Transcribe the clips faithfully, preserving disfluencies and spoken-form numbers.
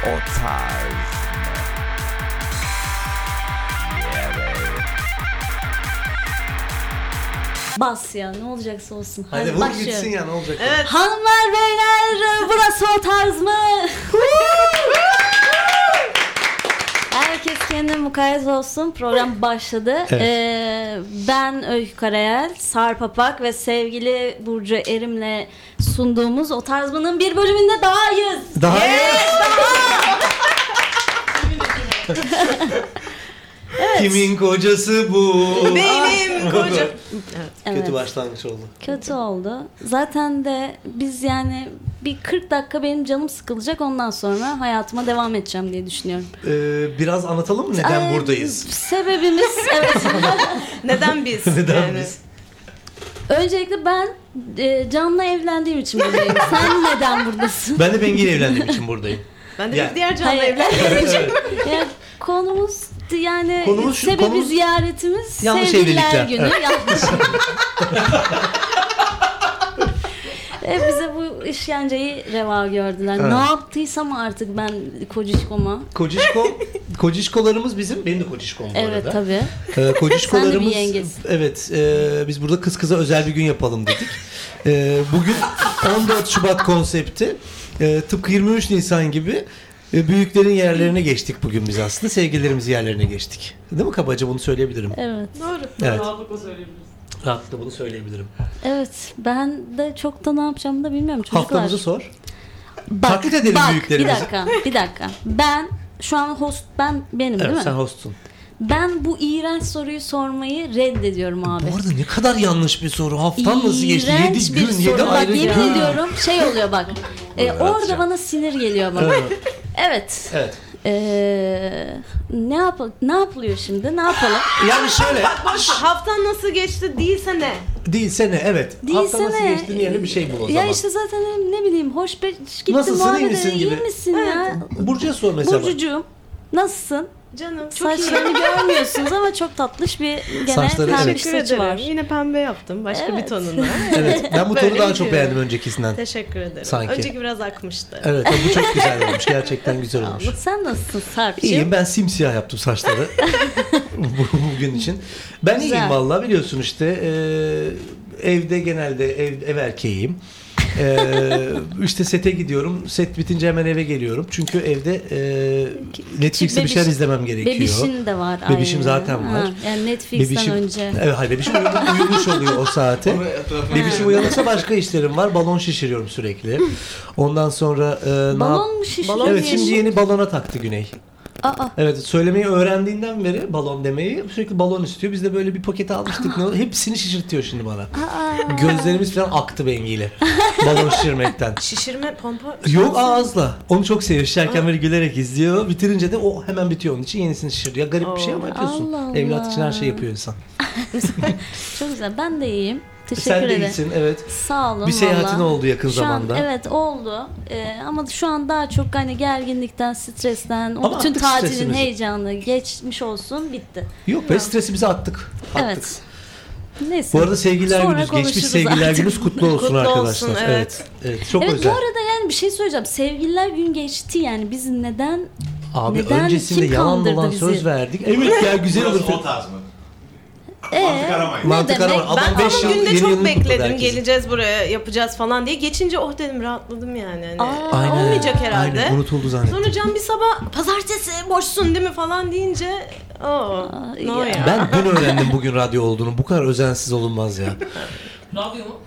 O tarz mı? Bas ya, ne olacaksa olsun. Hadi, Hadi vur gitsin ya, ne olacak? Evet. Hanımlar beyler, burası o tarz mı? Herkes kendine mukayyet olsun. Program başladı. Evet. Ee, ben Öykü Karayel, Sarp Apak ve sevgili Burcu Erim'le sunduğumuz O Tarz Mı'nın bir bölümünde dahayız. Daha yes, daha. Evet. Kimin kocası bu? Benim kocam. Evet. Kötü başlangıç oldu. Kötü oldu. Zaten de biz yani bir kırk dakika benim canım sıkılacak, ondan sonra hayatıma devam edeceğim diye düşünüyorum. Ee, biraz anlatalım mı neden Ee, buradayız? Sebebimiz evet. Neden biz? Neden yani? biz? Öncelikle ben e, Can'la evlendiğim için buradayım. Sen neden buradasın? Ben de Bengi'yle evlendiğim için buradayım. Ben de yani, bir diğer Can'la evlendiğim için. Yani konumuz yani konumuz şu, sebebi konumuz ziyaretimiz yanlış sevgililer evlilikler. günü. Evet. Yanlış. E bize bu işkenceyi reva gördüler. Evet. Ne yaptıysam artık ben kocişkoma. Kocişko, kocişkolarımız bizim, benim de kocişkom bu Evet arada. tabii. Ee, kocişkolarımız, Sen de bir yengesin. evet, e, biz burada kız kıza özel bir gün yapalım dedik. E, bugün on dört Şubat konsepti. E, tıpkı yirmi üç Nisan gibi e, büyüklerin yerlerine geçtik bugün biz aslında. Sevgililerimiz yerlerine geçtik. Değil mi kabaca, bunu söyleyebilirim. Evet. Doğru. Evet. Rahatlıkla söyleyebiliriz. Rahatlıkla bunu söyleyebilirim. Evet. Ben de çok da ne yapacağımı da bilmiyorum çocuklar. Haftamızı sor. Bak, Taklit edelim bak, büyüklerimizi. Bir dakika, bir dakika. Ben şu an host, ben benim Evet, değil mi? sen hostsun. Ben bu iğrenç soruyu sormayı reddediyorum abi. Bu arada ne kadar yanlış bir soru. Haftan nasıl geçti? İğrenç yedi bir gün, soru. yedi Bak, ayrı yemin gün. ediyorum şey oluyor bak. E, orada bana sinir geliyor bak. Evet. Evet. Evet. Ee, ne yap ne yapılıyor şimdi? Ne yapalım? Yani şöyle. Boş ver, haftan nasıl geçti değilse ne? Değilse ne? Evet. Hafta Değilse nasıl ne? geçtiğini yerine bir şey bul o Ya zaman. işte zaten ne bileyim hoş beş gitti, Nasılsın, iyi muhabbet misin iyi gibi. misin ya? Burcu'ya sor mesela. Burcucuğum nasılsın? Canım çok iyi. Saçlarını görmüyorsunuz ama çok tatlış bir gene Saçları, pembe evet. bir Teşekkür saçı ederim. var. Yine pembe yaptım. Başka Evet. bir tonuna. Evet. Ben bu Böyle tonu daha çok gidiyorum. beğendim öncekisinden. Teşekkür ederim. Sanki. Önceki biraz akmıştı. Evet, bu çok güzel olmuş. Gerçekten güzel olmuş. Sen nasılsın Sarp'cığım? İyiyim, ben simsiyah yaptım saçları bu- bugün için. Ben Güzel. iyiyim vallahi, biliyorsun işte e, evde genelde ev, ev erkeğiyim. Ee, işte sete gidiyorum. Set bitince hemen eve geliyorum. Çünkü evde e, Netflix'te bir şeyler izlemem gerekiyor. Bebişin de var. Bebişim aynı. zaten var. Ha, yani Netflix'ten Bebişim, önce. evet, hayır, bebişim uyumuş, uyumuş oluyor o saate. Bebişim uyanırsa başka işlerim var. Balon şişiriyorum sürekli. Ondan sonra e, ne Balon yap- mu şişiyor? Balon Evet, diye şimdi şey- yeni balona taktı Güney. Aa, Evet, söylemeyi öğrendiğinden beri balon demeyi sürekli balon istiyor. Biz de böyle bir paket almıştık. Ne oldu? Hepsini şişirtiyor şimdi bana. aa. Gözlerimiz falan aktı Bengi'yle. Balon şişirmekten. Şişirme, pompa. Yok, ağızla. Onu çok seviyor. Şişerken böyle gülerek izliyor. Bitirince de o hemen bitiyor. Onun için yenisini şişiriyor. Ya garip bir şey ama yapıyorsun. Allah Allah. Evlat için her şey yapıyor insan. Çok güzel. Ben de iyiyim. Teşekkür Sen de ederim. iyisin, evet. Sağ olun. Bir seyahatin valla. oldu yakın şu zamanda. An, evet oldu. Ee, ama şu an daha çok hani gerginlikten, stresten, o Ama bütün attık tatilin stresimizi. heyecanı geçmiş olsun, bitti. Yok be, stresimizi attık. attık. Evet. Neyse. Bu arada sevgililer Sonra gününüz, geçmiş konuşuruz sevgililer artık. gününüz kutlu olsun Kutlu arkadaşlar. olsun, evet. evet. evet. Çok Evet, özel. bu arada yani bir şey söyleyeceğim. Sevgililer gün geçti yani biz neden Abi neden, öncesinde kim yalan kandırdı dolan bizi? söz verdik. Evet ya, güzel olur. Burası o tarz mı? Ee, Mantık aramayın. Mantık demek? arama. Adam Ben beş ama yıl günde yeni çok yılını kutladı bekledim. herkesin. Geleceğiz buraya, yapacağız falan diye. Geçince oh dedim, rahatladım yani. Hani, Aa, Aynen. olmayacak herhalde. Aynen, unutuldu zannettim. Sonra Can bir sabah pazartesi boşsun değil mi falan deyince o no ya. ya. Ben dün öğrendim bugün radyo olduğunu. Bu kadar özensiz olunmaz ya. Radyo mu?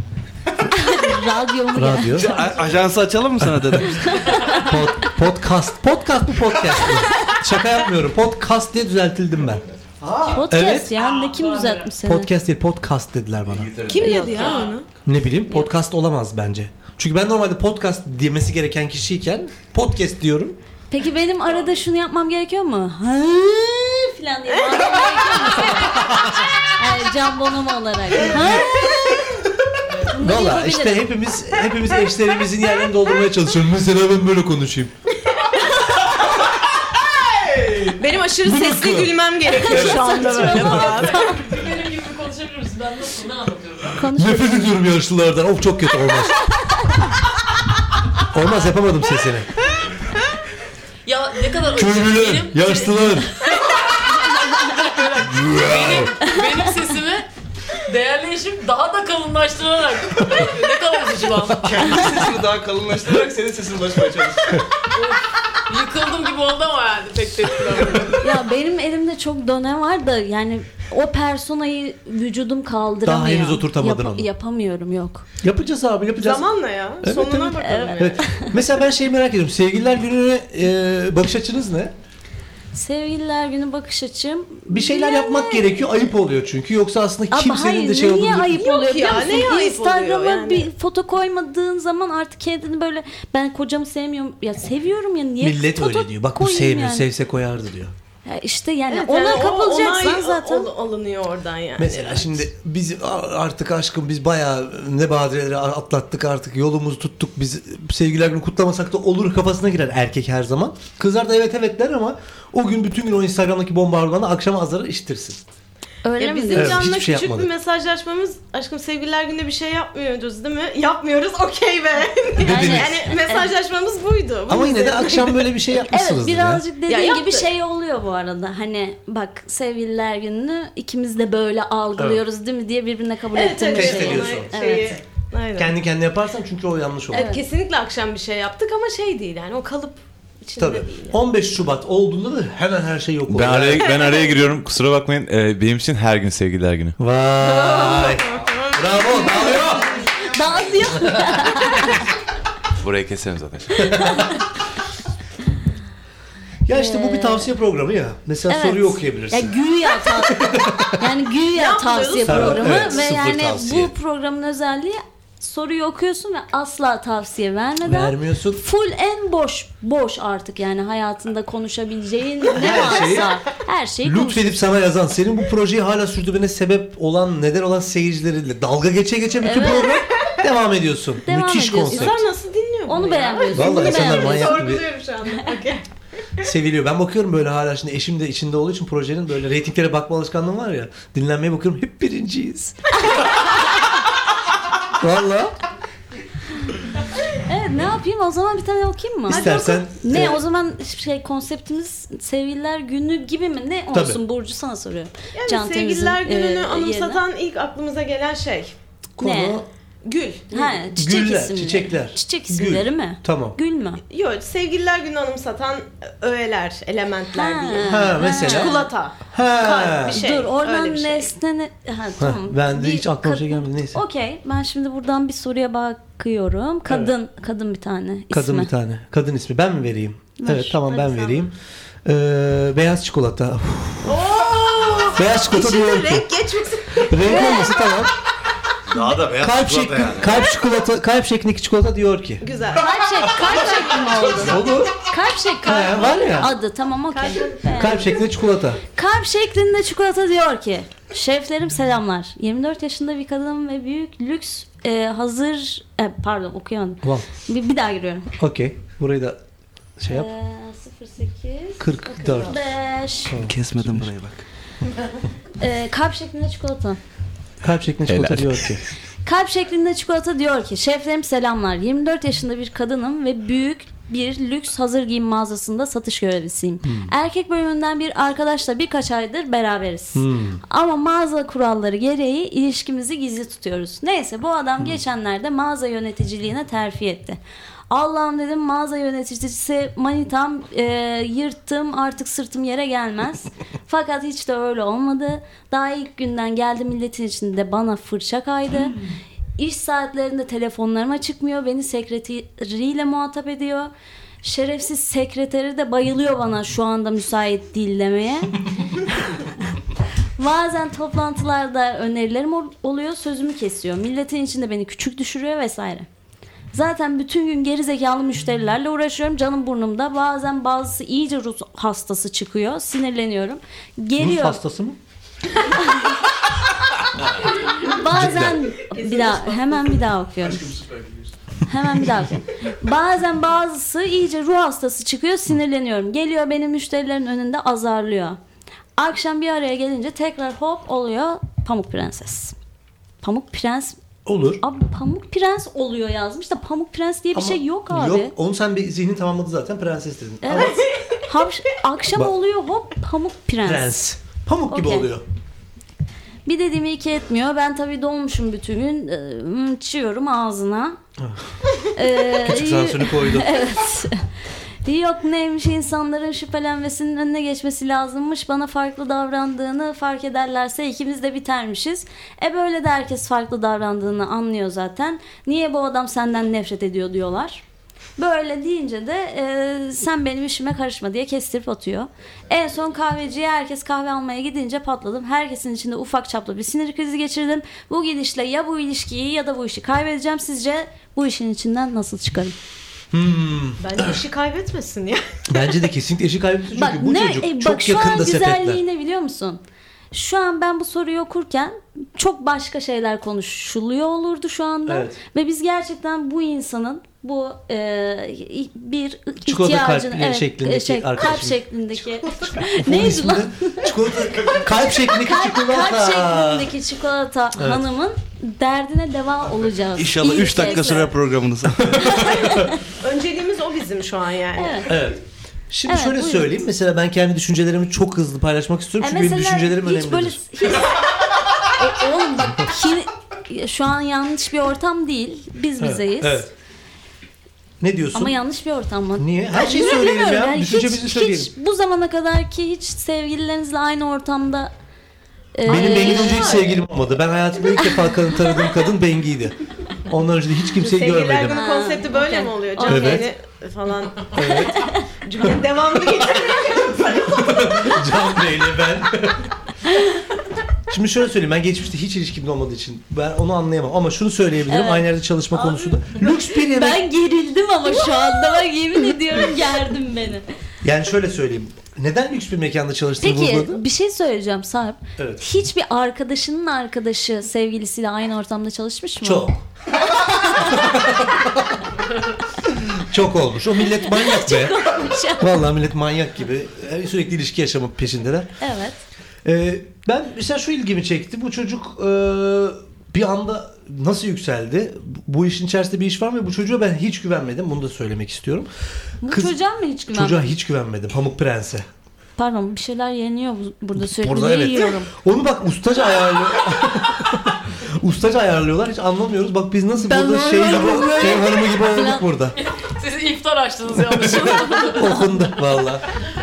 radyo mu ya? Radyo. A- Ajansı açalım mı sana dedim. Pod, podcast. Podcast mı, podcast mı? Şaka yapmıyorum. Podcast diye düzeltildim ben. Podcast Evet. ya. Ne kim düzeltmiş seni? Podcast değil, podcast dediler bana. Kim Yok dedi ya onu? Ne bileyim, podcast olamaz bence. Çünkü ben normalde podcast demesi gereken kişiyken podcast diyorum. Peki benim arada şunu yapmam gerekiyor mu? Ha falan diye bağırmam gerekiyor mu sana? Hayır, Can Bonomo olarak. Ha? Bunları Valla yapabilirim. işte hepimiz hepimiz eşlerimizin yerlerini doldurmaya çalışıyoruz. Mesela ben böyle konuşayım. Benim aşırı sesli gülmem gerekiyor şu anda böyle falan. Benim gibi konuşabilir misin? Ben nasıl, ne anlatıyorum ben? Konuş. Nefret ediyorum yaşlılardan. Of, çok kötü, olmaz. Olmaz, yapamadım sesini. ne kadar acı. Köylüler, Benim, yaşlılar. benim, benim sesimi değerli eşim daha da kalınlaştırarak ne kadar üzücü lan. Kendi sesini daha kalınlaştırarak senin sesini ulaşmaya çalışıyor. Yıkıldım gibi oldu ama yani pek de etkilenmedim. Ya benim elimde çok done var da yani o personayı vücudum kaldıramıyor. Daha henüz oturtamadın onu. Yapamıyorum, yok. Yapacağız abi, yapacağız. Zamanla ya. Evet, Sonuna evet. bakalım. Evet. Evet. Mesela ben şeyi merak ediyorum. Sevgililer gününe e, bakış açınız ne? Sevgililer günü bakış açım. Bir şeyler Yani- yapmak gerekiyor. Ayıp oluyor çünkü. Yoksa aslında Ama kimsenin hayır, de şey niye olduğunu... ayıp Yok oluyor biliyor ya, musun? neye ayıp Instagram'a oluyor yani? bir foto koymadığın zaman artık kendini böyle ben kocamı sevmiyorum. Ya seviyorum ya, niye Millet foto öyle diyor. Bak bu koyayım sevmiyor. yani? Sevse koyardı diyor. Ya işte yani Evet, ona yani o kapılacaksan onay zaten. al- alınıyor oradan yani. Mesela şimdi biz artık aşkım biz bayağı ne badireleri atlattık, artık yolumuzu tuttuk. Biz sevgililer günü kutlamasak da olur kafasına girer erkek her zaman. Kızlar da evet evet der ama o gün bütün gün o Instagram'daki bombardımanı akşama azarı işitirsin. Öyle Ya mi bizim Evet, diyorsun? Can'la hiçbir şey küçük bir yapmadık. mesajlaşmamız, aşkım sevgililer günde bir şey yapmıyoruz değil mi? Yapmıyoruz, okey be. Aynen. Yani mesajlaşmamız buydu. Bu Ama yine de bize- akşam böyle bir şey Evet, yapmışsınızdır ya. birazcık dediğin Ya gibi yaptı. şey oluyor bu arada. Hani bak sevgililer gününü ikimiz de böyle algılıyoruz değil mi diye birbirine kabul Evet, ettiğimiz evet, Test şey. ediyorsun. olay şeyi- Evet. Aynen. Kendi kendine yaparsan çünkü o yanlış olur. Evet, kesinlikle akşam bir şey yaptık ama şey değil yani o kalıp içinde Tabii. değil. Yani. on beş Şubat olduğunda da hemen her şey yok oluyor. Ben araya, ben araya giriyorum. Kusura bakmayın. Ee, benim için her gün sevgililer günü. Vay. Bravo, bravo. Daha diyor. Burayı keserim zaten. Ya işte bu bir tavsiye programı ya. Mesela Evet. soruyu okuyabilirsin. Ya güya ta- yani güya yapmıyoruz? tavsiye Evet, programı evet, ve sıfır yani tavsiye. bu programın özelliği soruyu okuyorsun ve asla tavsiye vermeden Vermiyorsun. full en boş boş artık yani hayatında konuşabileceğin ne Her varsa şeyi her şeyi konuş. Lütfedip sana yazan, senin bu projeyi hala sürdürmene sebep olan, neden olan seyircileriyle dalga geçe geçe bütün Evet. program devam ediyorsun. Devam Müthiş ediyorsun. konsept. İnsan nasıl dinliyor bunu Onu ya? beğenmiyorsun. Vallahi bunu insanlar beğenmiyorsun. manyak gibi Sorguluyorum şu anda. Okey. seviliyor. Ben bakıyorum böyle hala, şimdi eşim de içinde olduğu için projenin böyle reytinglere bakma alışkanlığım var ya. Dinlenmeye bakıyorum, hep birinciyiz. Vallahi. Evet, ne yapayım o zaman bir tane okuyayım mı? İstersen. Ne e, o zaman şey konseptimiz sevgililer günü gibi mi? Ne Tabii. olsun Burcu, sana soruyorum. Yani Can sevgililer Temiz'in, gününü e, anımsatan ilk aklımıza gelen şey. konu Ne? Gül. Ha, çiçek güller, isimleri. çiçekler. Çiçek isimleri Gül. mi? Tamam. Gül mü? Yok, sevgililer günü anımsatan öğeler, elementler Ha. diyeyim. Ha mesela. Çikolata. Ha. kalp, bir şey. Dur oradan öyle bir şey. nesne ne? Ha, Ha, tamam. ben de Bir hiç aklıma kad- şey gelmedi, neyse. Okey, ben şimdi buradan bir soruya bakıyorum. Kadın, kadın bir tane ismi. Kadın bir tane. Kadın ismi. Ben mi vereyim? Ver. Evet tamam, Hadi ben sen vereyim. Ee, beyaz çikolata. Uf. Oo! Beyaz çikolata İçinde diyor ki. renk geçmesin. Renk olması tamam. Daha da beyaz Kalp şekli, kalp çikolata, kalp şeklindeki çikolata diyor ki. Güzel. Kalp şekli, kalp şekli mi oldu? Olur. Kalp şekli. He, var ya. Adı tamam okey. Beğendim. Kalp şeklinde çikolata. Kalp şeklinde çikolata diyor ki: şeflerim selamlar. yirmi dört yaşında bir kadınım ve büyük lüks e, hazır e, pardon okuyamadım. Wow. Bir, bir daha giriyorum. Okey. Burayı da şey yap. E, sıfır sekiz kırk dört. beş Kesmedim burayı bak. e, kalp şeklinde çikolata. Kalp şeklinde çikolata Helal. diyor ki. Kalp şeklinde çikolata diyor ki: şeflerim selamlar. yirmi dört yaşında bir kadınım ve büyük bir lüks hazır giyim mağazasında satış görevlisiyim. Erkek bölümünden bir arkadaşla birkaç aydır beraberiz. Hmm. Ama mağaza kuralları gereği ilişkimizi gizli tutuyoruz. Neyse bu adam geçenlerde mağaza yöneticiliğine terfi etti. Allah'ım dedim, mağaza yöneticisi manitam, e, yırttım artık sırtım yere gelmez. Fakat hiç de öyle olmadı. Daha ilk günden geldi, milletin içinde bana fırça kaydı. İş saatlerinde telefonlarıma çıkmıyor. Beni sekreteriyle muhatap ediyor. Şerefsiz sekreteri de bayılıyor bana şu anda müsait değil demeye. Bazen toplantılarda önerilerim ol- oluyor, sözümü kesiyor. Milletin içinde beni küçük düşürüyor vesaire. Zaten bütün gün gerizekalı müşterilerle uğraşıyorum. Canım burnumda. Bazen bazısı iyice Rus hastası çıkıyor. Sinirleniyorum. Rus Geliyor. hastası mı? Bazen bir daha hemen bir daha okuyorum. Hemen bir daha okuyorum. Bazen bazısı iyice ruh hastası çıkıyor, sinirleniyorum. Geliyor benim müşterilerin önünde azarlıyor. Akşam bir araya gelince tekrar hop oluyor Pamuk Prenses. Pamuk Prens Olur. abi Pamuk Prens oluyor yazmış da Pamuk Prens diye bir Ama şey yok abi. Yok. Onu sen bir zihnin tamamladı zaten. Prenses dedin. Evet. Havş- akşam Bak- oluyor hop pamuk prens. Prens. Pamuk gibi Okey. oluyor. Bir dediğimi iki etmiyor. Ben tabii dolmuşum bütün gün. Ee, Çiyorum ağzına. Ee, Küçük sansürünü koydu. Evet. Yok neymiş, insanların şüphelenmesinin önüne geçmesi lazımmış. Bana farklı davrandığını fark ederlerse ikimiz de bitermişiz. E böyle de herkes farklı davrandığını anlıyor zaten. Niye bu adam senden nefret ediyor diyorlar. Böyle deyince de e, sen benim işime karışma diye kestirip atıyor. En son kahveciye herkes kahve almaya gidince patladım. Herkesin içinde ufak çaplı bir sinir krizi geçirdim. Bu gidişle ya bu ilişkiyi ya da bu işi kaybedeceğim. Sizce bu işin içinden nasıl çıkarım? Hmm. Bence işi kaybetmesin ya. Bence de kesinlikle eşi kaybetsin çünkü Bak, bu ne, çocuk e, çok bak, şu an yakında sepetler. güzelliği ne biliyor musun? Şu an ben bu soruyu okurken çok başka şeyler konuşuluyor olurdu şu anda. Evet. Ve biz gerçekten bu insanın bu e, bir Çikolata ihtiyacını kalp şeklindeki şey, kalp arkadaşım. şeklindeki Onun neydi ismi lan? de Çikolata, kalp şeklindeki Kalp, çikolata. kalp şeklindeki çikolata Evet. hanımın derdine deva olacağız. İnşallah İyi üç dakika keyifle. sürer programınız. Önceliğimiz o bizim şu an yani. Evet. Evet. Şimdi Evet, şöyle buyurun. söyleyeyim. Mesela ben kendi düşüncelerimi çok hızlı paylaşmak istiyorum. E Çünkü benim mesela düşüncelerim hiç önemlidir. böyle hiç, E, oğlum bak ki, şu an yanlış bir ortam değil. Biz Evet, bizeyiz. evet. Ne diyorsun? Ama yanlış bir ortam mı? Niye? Her şeyi Bilmiyorum, söyleyelim ya. bilmiyorum. Yani Düşüncemizi hiç, söyleyelim. hiç bu zamana kadar ki hiç sevgililerinizle aynı ortamda e, Benim Bengi'den önce hiç sevgilim olmadı. Ben hayatımda ilk defa kadın tanıdığım kadın Bengi'ydi. Ondan önce de hiç kimseyi Sevgililer görmedim. günü Ha, konsepti böyle okey. mi oluyor? Okey. Canlı Evet. yayını falan. Evet. Cümlenin devamını getiriyorum. Can Bey'le ben. Şimdi şöyle söyleyeyim, ben geçmişte hiç ilişkim olmadığı için ben onu anlayamam ama şunu söyleyebilirim, Evet. aynı yerde çalışma konusunda lüks bir yemek. ben gerildim ama şu anda bak yemin ediyorum gerdim beni. Yani şöyle söyleyeyim, neden lüks bir mekanda çalıştığını Peki vurguladı? bir şey söyleyeceğim Sarp. Evet. Hiçbir arkadaşının arkadaşı sevgilisiyle aynı ortamda çalışmış mı? Çok. Çok olmuş. O millet manyak be. Vallahi millet manyak gibi. Yani sürekli ilişki yaşama peşindeler. Evet. Ee, ben mesela şu ilgimi çekti. Bu çocuk e, bir anda nasıl yükseldi? Bu işin içerisinde bir iş var mı? Bu çocuğa ben hiç güvenmedim. Bunu da söylemek istiyorum. Bu Kız- çocuğa mı hiç güven? Çocuğa hiç güvenmedim. Pamuk Prens'e. Pardon bir şeyler yeniyor bu- burada sürekli. Burada Ne evet. yiyorum? Onu bak ustaca ayarlıyor. ustaca ayarlıyorlar. Hiç anlamıyoruz. Bak biz nasıl Ben burada şey gibi, normal- şey hanımı gibi olduk Falan. burada. Siz iftar açtınız yanlışlıkla. Okundu valla.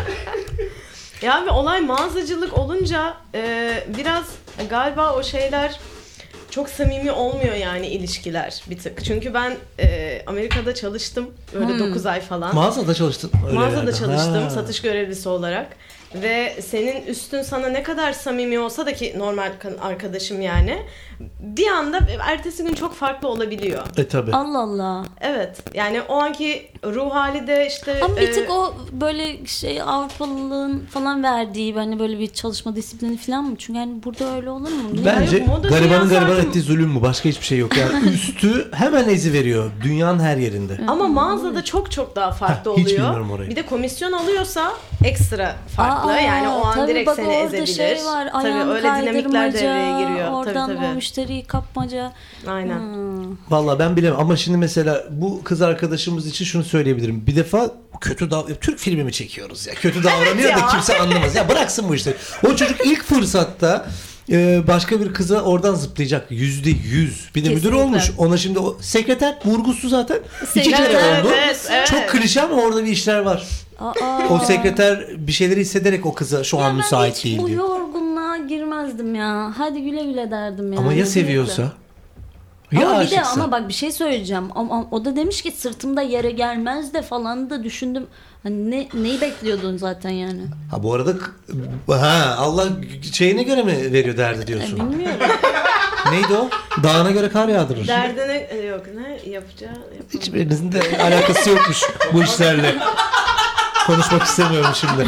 Ya bir olay mağazacılık olunca e, biraz galiba o şeyler çok samimi olmuyor yani ilişkiler bir tık. Çünkü ben e, Amerika'da çalıştım böyle Hmm. dokuz ay falan. Mağazada çalıştın. Öyle Mağazada yani. çalıştım Ha. satış görevlisi olarak. Ve senin üstün sana ne kadar samimi olsa da ki normal kan- arkadaşım yani bir anda ertesi gün çok farklı olabiliyor. E tabi. Allah Allah. Evet yani o anki ruh hali de işte Ama bir e, tık o böyle şey Avrupalılığın falan verdiği hani böyle bir çalışma disiplini falan mı? Çünkü hani burada öyle olur mu? Ne? Bence yok, moda garibanın dünyası gariban artık- ettiği zulüm bu. Başka hiçbir şey yok. Yani üstü hemen ezi veriyor. Dünyanın her yerinde. ama mağazada çok çok daha farklı Ha, hiç oluyor. bilmiyorum orayı. Bir de komisyon alıyorsa ekstra farklı. Aa, yani o an tabii direkt bak seni orada ezebilir. Şey var, Tabii ayağını öyle dinamikler kaydırmaca, devreye giriyor. Oradan tabii tabii. o müşteriyi kapmaca. Aynen. Hmm. Vallahi ben bilemem ama şimdi mesela bu kız arkadaşımız için şunu söyleyebilirim. Bir defa kötü dav Türk filmi mi çekiyoruz ya? Kötü davranıyor Evet da ya. kimse anlamaz. Ya bıraksın bu işleri. O çocuk ilk fırsatta e, başka bir kıza oradan zıplayacak. Yüzde yüz. Bir de müdür Kesinlikle. olmuş. Ona şimdi o sekreter vurgusu zaten iki Sekreter, kere oldu. evet, evet. Çok klişe ama orada bir işler var. Aa. O sekreter bir şeyleri hissederek o kıza şu Ya an ben müsait hiç değil bu diyor. yorgunluğa girmezdim ya. Hadi güle güle derdim ya. Ama ya Kesinlikle. seviyorsa? Ya Ama bir de aşıksa? ama bak bir şey söyleyeceğim. Ama o da demiş ki sırtımda yere gelmez de falan da düşündüm. Hani ne neyi bekliyordun zaten yani? Ha bu arada ha Allah şeyine göre mi veriyor derdi E, diyorsun? bilmiyorum. Neydi o? Dağına göre kar yağdırır. Derdine e, yok ne yapacağı yapamam. Hiçbirinizin de alakası yokmuş bu işlerle. Konuşmak istemiyorum şimdi.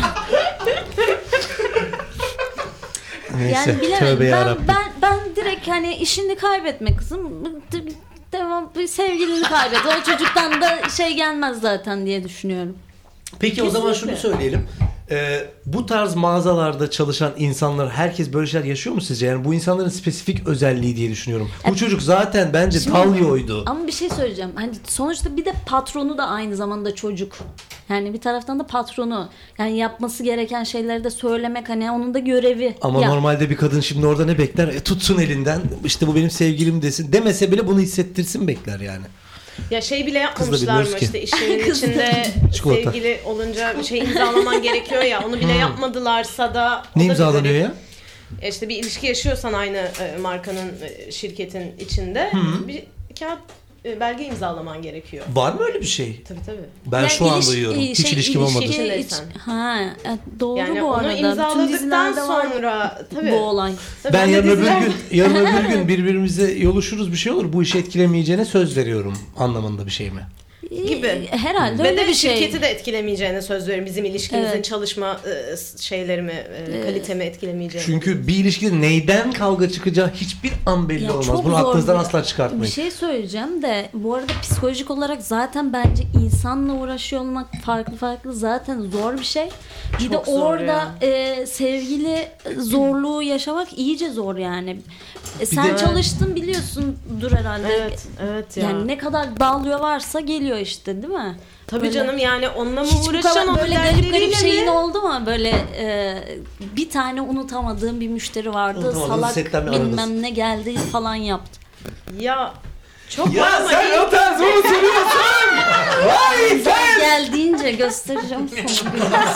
Neyse, Yani bilemedim. tövbe Ben, yarabbim. ben ben direkt hani işini kaybetme kızım. Devam sevgilini kaybet. O çocuktan da şey gelmez zaten diye düşünüyorum. Peki o zaman şunu Kesinlikle. söyleyelim. Ee, bu tarz mağazalarda çalışan insanlar herkes böyle şeyler yaşıyor mu sizce? Yani bu insanların spesifik özelliği diye düşünüyorum. Bu çocuk zaten bence Şimdi- Talyo'ydu. Ama bir şey söyleyeceğim. Hani sonuçta bir de patronu da aynı zamanda çocuk. Yani bir taraftan da patronu. Yani yapması gereken şeyleri de söylemek, hani onun da görevi. Ama Ya, normalde bir kadın şimdi orada ne bekler? E, tutsun elinden, işte bu benim sevgilim desin. Demese bile bunu hissettirsin bekler yani. Ya şey bile Kız da yapmamışlar bilmiyoruz mı ki. işte iş yerinin içinde Çikolata. sevgili olunca bir şey imzalaman gerekiyor ya, onu bile yapmadılarsa da o Ne da bir imzalanıyor garip. ya? E İşte bir ilişki yaşıyorsan aynı e, markanın e, şirketin içinde bir kağıt e, belge imzalaman gerekiyor. Var mı öyle bir şey? Tabii tabii. Ben yani şu an iliş- duyuyorum. e, Hiç şey, ilişkim olmadı. ilişki- İçindeysen. iç- ha, e, doğru Yani bu onu arada. Bütün imzaladıktan dizilerde var sonra tabii. bu olay. Tabii Ben de yarın öbür diziler- gün yarın öbür gün birbirimize yoluşuruz, bir şey olur. Bu işi etkilemeyeceğine söz veriyorum anlamında bir şey mi? gibi. Herhalde Ve öyle de bir şey. şirketi de etkilemeyeceğine söz veriyorum. Bizim ilişkimizin Evet. çalışma e, şeylerimi, e, kalitemi etkilemeyeceğine. Çünkü bir ilişkide neyden kavga çıkacağı hiçbir an belli Ya olmaz. çok Bunu zor aklınızdan bir- asla çıkartmayın. Bir şey söyleyeceğim de bu arada psikolojik olarak zaten bence insanla uğraşıyor olmak farklı farklı zaten zor bir şey. Bir Çok de zor orada ya. e, sevgili zorluğu yaşamak iyice zor yani. E, sen de- çalıştın biliyorsundur herhalde. Evet, evet ya. Yani ne kadar dağılıyor varsa geliyor işte, değil mi? Tabii Böyle- canım, yani onunla mı Hiç bu uğraşacaksın, kadar onun böyle garip garip dertleriyle şeyin mi? oldu mu? Böyle e, bir tane unutamadığım bir müşteri vardı. Unutamadığınız Salak setten bir aranız. bilmem ne geldi falan yaptı. Ya çok var Ya ama sen o tarz bunu soruyorsun. Vay sen. Geldiğince göstereceğim sana.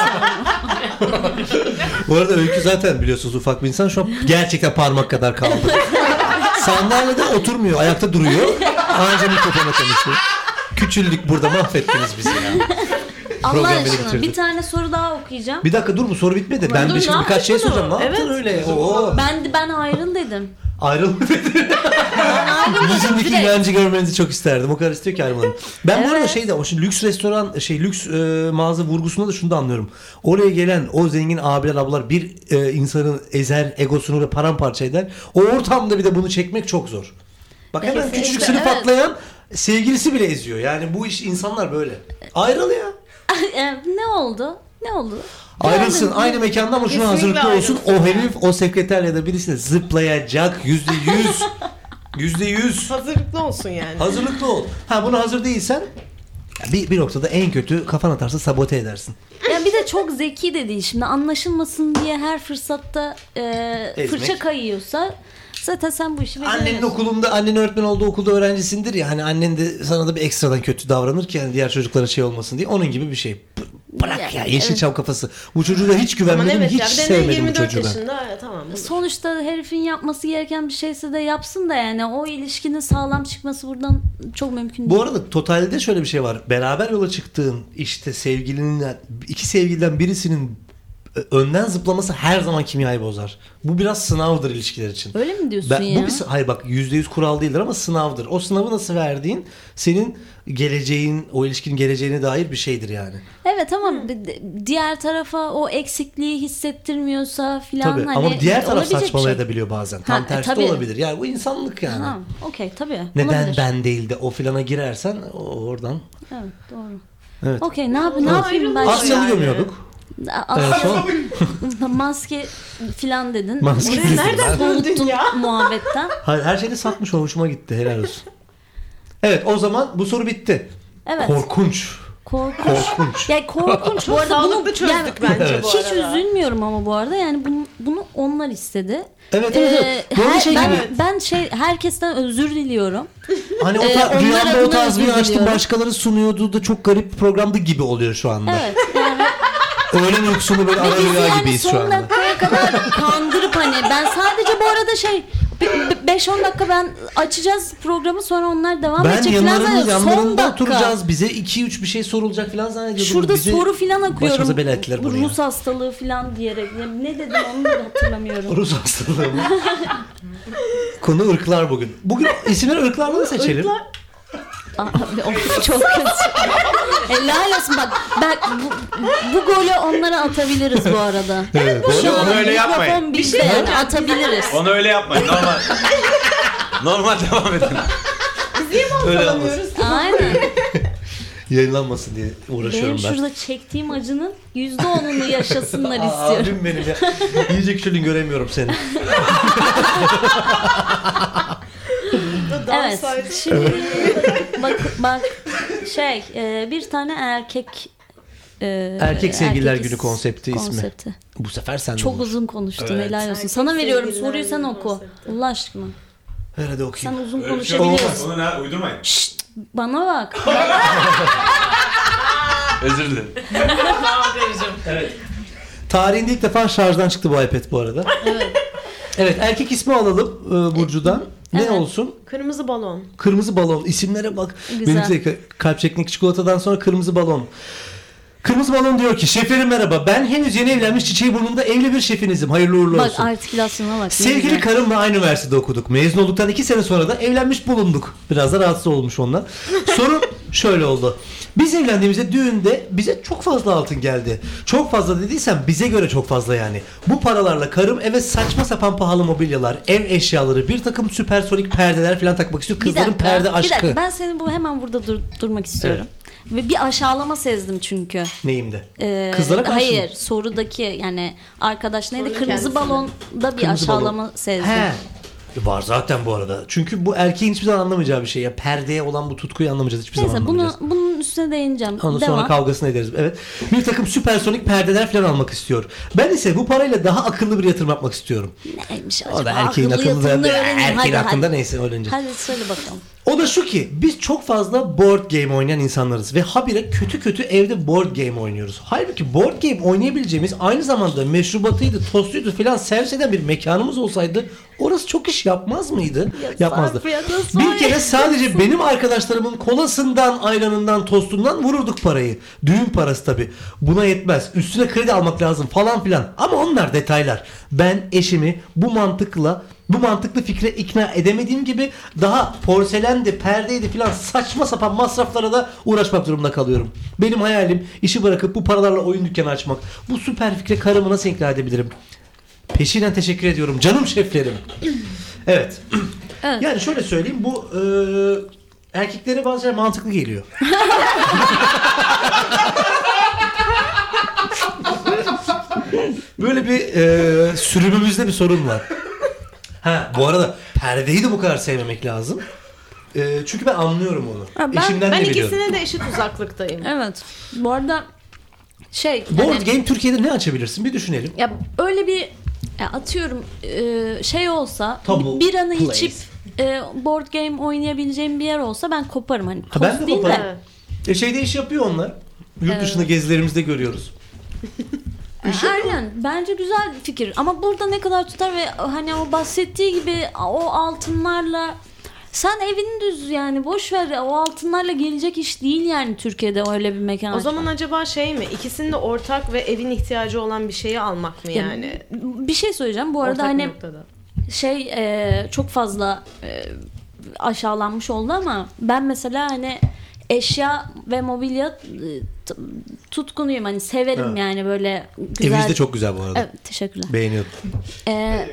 Bu arada Öykü zaten biliyorsunuz ufak bir insan. Şu an gerçekten parmak kadar kaldı. Sandalyede oturmuyor. Ayakta duruyor. Anca mikrofona konuşuyor. Küçüldük burada, mahvettiniz bizi ya. Allah Program beni aşkına bitirdi. bir tane soru daha okuyacağım. Bir dakika dur, bu soru bitmedi. Ben Dur, bir ne şimdi birkaç şey yaptın soracağım. onu? Ne yaptın Evet. öyle? Oo. Ben ben ayrıl dedim. Ayrılma dedi. Ayrıl Yüzündeki dedim. inancı görmenizi çok isterdim. O kadar istiyor ki Arman Hanım. Ben bu arada Evet. şey de, o şimdi lüks restoran, şey lüks e, mağaza vurgusunda da şunu da anlıyorum. Oraya gelen o zengin abiler ablalar bir e, insanın ezer, egosunu ve paramparça eder. O ortamda bir de bunu çekmek çok zor. Bak hemen Kesinlikle, küçücük sınıf evet. atlayan sevgilisi bile eziyor. Yani bu iş, insanlar böyle. Ayrıl ya. E, ne oldu? Ne oldu? Ayrılsın Yani- aynı mekanda ama şuna Kesinlikle hazırlıklı olsun. O ayrılsın herif o sekreter ya da birisi zıplayacak yüzde yüz. Yüzde yüz. hazırlıklı olsun yani. Hazırlıklı ol. Ha buna hazır değilsen bir, bir noktada en kötü kafan atarsa sabote edersin. Ya bir de çok zeki de değil. Şimdi anlaşılmasın diye her fırsatta e, Ezmek. fırça kayıyorsa zaten sen bu işi Annenin beceremezsin. okulunda, annen öğretmen olduğu okulda öğrencisindir ya, hani annen de sana da bir ekstradan kötü davranır ki yani diğer çocuklara şey olmasın diye, onun gibi bir şey. B- Bırak ya, Ya, Yeşilçam kafası. Bu çocuğa da hiç Ama güvenmedim, evet hiç ya, bir de ne sevmedim bu yirmi dört çocuğu ben. yaşında ya, tamam. budur. Sonuçta herifin yapması gereken bir şeyse de yapsın da yani o ilişkinin sağlam çıkması buradan çok mümkün değil. Bu arada totalde şöyle bir şey var. Beraber yola çıktığın işte sevgilinin, iki sevgiliden birisinin önden zıplaması her zaman kimyayı bozar. Bu biraz sınavdır ilişkiler için. Öyle mi diyorsun Ben, ya? bu bir, hayır bak, yüzde yüz kural değildir ama sınavdır. O sınavı nasıl verdiğin senin geleceğin, o ilişkinin geleceğine dair bir şeydir yani. Evet ama di- di- diğer tarafa o eksikliği hissettirmiyorsa filan Tabii hani ama diğer taraf olabilecek bir saçmalayabiliyor bazen. Tam Ha, tersi tabii. de olabilir. Yani bu insanlık yani. Ha, okey tabii. Neden olabilir. ben değil de o filana girersen o- oradan. Evet doğru. Evet. Okey ne, yap ne yapayım ben? Ayrılmaz şimdi? Asyalı yani. gömüyorduk. As- En son. maske filan dedin. Maske Oraya dedim nereden ben. buldun ya? muhabbetten? Hayır, her şeyi satmış, hoşuma gitti. Helal olsun. Evet, o zaman bu soru bitti. Evet. Korkunç. Korkunç. Korkunç. Yani korkunç. Çok bu arada bunu sağlıklı çözdük yani, bence bu hiç arada. üzülmüyorum ama bu arada yani bunu, bunu onlar istedi. Evet evet. evet. Ee, Bu arada her- şey ben, gibi. ben şey herkesten özür diliyorum. Hani o Ee, tar- onlar rüyamda o adına tarz bir özür açtım, diliyorum. başkaları sunuyordu da çok garip bir programdı gibi oluyor şu anda. Evet. Yani Öğlen uykusunu böyle ara biz rüya yani gibiyiz şu son anda. dakikaya kadar kandırıp hani ben sadece bu arada şey beş on dakika ben açacağız programı sonra onlar devam Ben edecek falan yanlarında, zannediyorum. Son yanlarında dakika. oturacağız. Bize iki üç bir şey sorulacak falan zannediyordum. Şurada Bizi soru filan akıyorum. başımıza bela ettiler bunu ya. Rus hastalığı filan diyerek. Ya ne dedim onu da hatırlamıyorum. Rus hastalığı mı? Konu ırklar bugün. Bugün isimleri ırklarla mı seçelim? Abi, of, çok kötü. Helal olsun bak. Ben bu, bu golü onlara atabiliriz bu arada. Evet, bu Şu onu an öyle mikrofon yapmayın. bizde yani atabiliriz. Onu öyle yapmayın. Normal. Normal devam edin. öyle olmasın. Aynen. Yayınlanmasın diye uğraşıyorum Benim ben. şurada çektiğim acının yüzde onunu yaşasınlar Aa, istiyorum. abim benim ya. İyice küçüldün, göremiyorum seni. Evet. Şimdi bak bak şey e, bir tane erkek e, Erkek Sevgililer erkek Günü konsepti ismi. konsepti. Bu sefer sen de Çok olursun. uzun konuştun, Evet. helal olsun. Erkek Sana veriyorum Sevgililer soruyu, sen Günü oku. konsepti. Allah aşkına. Ver hadi Sen okuyayım. uzun Öyle bir şey olmaz. konuşabiliyorsun. Onu ne? Uydurmayın. Şşt, bana bak. Özür dilerim. Tamam karıcığım. Tarihinde ilk defa şarjdan çıktı bu iPad bu arada. Evet. Evet, erkek ismi alalım e, Burcu'dan. Ne Evet. olsun? Kırmızı balon. Kırmızı balon. İsimlere bak. Güzel. Benimki de kalp çekmek çikolatadan sonra kırmızı balon. Kırmızı balon diyor ki şeflerim merhaba. Ben henüz yeni evlenmiş çiçeği burnunda evli bir şefinizim. Hayırlı uğurlu Bak olsun. artikülasyona bak. ne Sevgili güzel. karımla aynı üniversitede okuduk. Mezun olduktan iki sene sonra da evlenmiş bulunduk. Biraz da rahatsız olmuş ondan. Sorun şöyle oldu. Biz evlendiğimizde düğünde bize çok fazla altın geldi. Çok fazla dediysem bize göre çok fazla yani. Bu paralarla karım eve saçma sapan pahalı mobilyalar, ev eşyaları, bir takım süpersonik perdeler falan takmak istiyor. Bir Kızların dakika, perde bir aşkı. dakika. Ben senin bu hemen burada dur- durmak istiyorum. Ve bir aşağılama sezdim çünkü. Neyimde? Ee, Kızlara karşı Hayır, mı? sorudaki yani arkadaş neydi? Sorunun Kırmızı kendisine. balonda bir Kırmızı aşağılama balon. sezdim. He. Var zaten bu arada. Çünkü bu erkeğin hiçbir zaman anlamayacağı bir şey ya. Perdeye olan bu tutkuyu anlamayacağız. Hiçbir zaman Neyse bunu anlamayacağız. bunun üstüne değineceğim. Ondan Devam. sonra kavgasını ederiz. Evet. Bir takım süpersonik perdeler falan almak istiyor. Ben ise bu parayla daha akıllı bir yatırım yapmak istiyorum. Neymiş acaba? O da erkeğin Akıllı akıllı yatırımını da öğrenin. erkeğin Hadi, hakkında hadi. neyse öğreneceğiz. Hadi söyle bakalım. O da şu ki biz çok fazla board game oynayan insanlarız ve habire kötü kötü evde board game oynuyoruz. Halbuki board game oynayabileceğimiz aynı zamanda meşrubatıydı, tostuydu falan servis eden bir mekanımız olsaydı orası çok iş yapmaz mıydı? Yapmazdı. Sarp ya, nasıl Bir kere sadece benim arkadaşlarımın kolasından, ayranından, tostundan vururduk parayı. Düğün parası tabii. Buna yetmez. Üstüne kredi almak lazım falan filan. Ama onlar detaylar. Ben eşimi bu mantıkla bu mantıklı fikre ikna edemediğim gibi daha porselendi, perdeydi filan saçma sapan masraflara da uğraşmak durumunda kalıyorum. Benim hayalim işi bırakıp bu paralarla oyun dükkanı açmak. Bu süper fikre karımı nasıl ikna edebilirim? Peşinen teşekkür ediyorum canım şeflerim. Evet. Evet. Yani şöyle söyleyeyim, bu e, erkeklere bazı şeyler mantıklı geliyor. Böyle bir e, sürümümüzde bir sorun var. Ha, bu arada perdeyi de bu kadar sevmemek lazım. E, çünkü ben anlıyorum onu. Ha, ben- Eşimden Ben de biliyorum. ikisine de eşit uzaklıktayım. Evet. Bu arada şey Board yani, game Türkiye'de ne açabilirsin? Bir düşünelim. ya öyle bir ya atıyorum e, şey olsa Tabu, biranı place. içip e, board game oynayabileceğim bir yer olsa ben koparım hani. Ha, ben tost de değil koparım. de. Evet. E, şeyde iş yapıyor onlar. Yurt Evet. dışında gezilerimizde görüyoruz. Aynen. Bence güzel bir fikir. Ama burada ne kadar tutar ve hani o bahsettiği gibi o altınlarla sen evini düz yani boş ver, o altınlarla gelecek iş değil yani Türkiye'de öyle bir mekan. O zaman acaba şey mi? İkisinin de ortak ve evin ihtiyacı olan bir şeyi almak mı Yani yani? bir şey söyleyeceğim. Bu arada Ortak bir hani noktada. şey e, çok fazla e, aşağılanmış oldu ama ben mesela hani eşya ve mobilya e, t- tutkunuyum hani severim Evet. yani böyle güzel. Eviniz de çok güzel bu arada. Evet, teşekkürler. Beğeniyorum. Ee,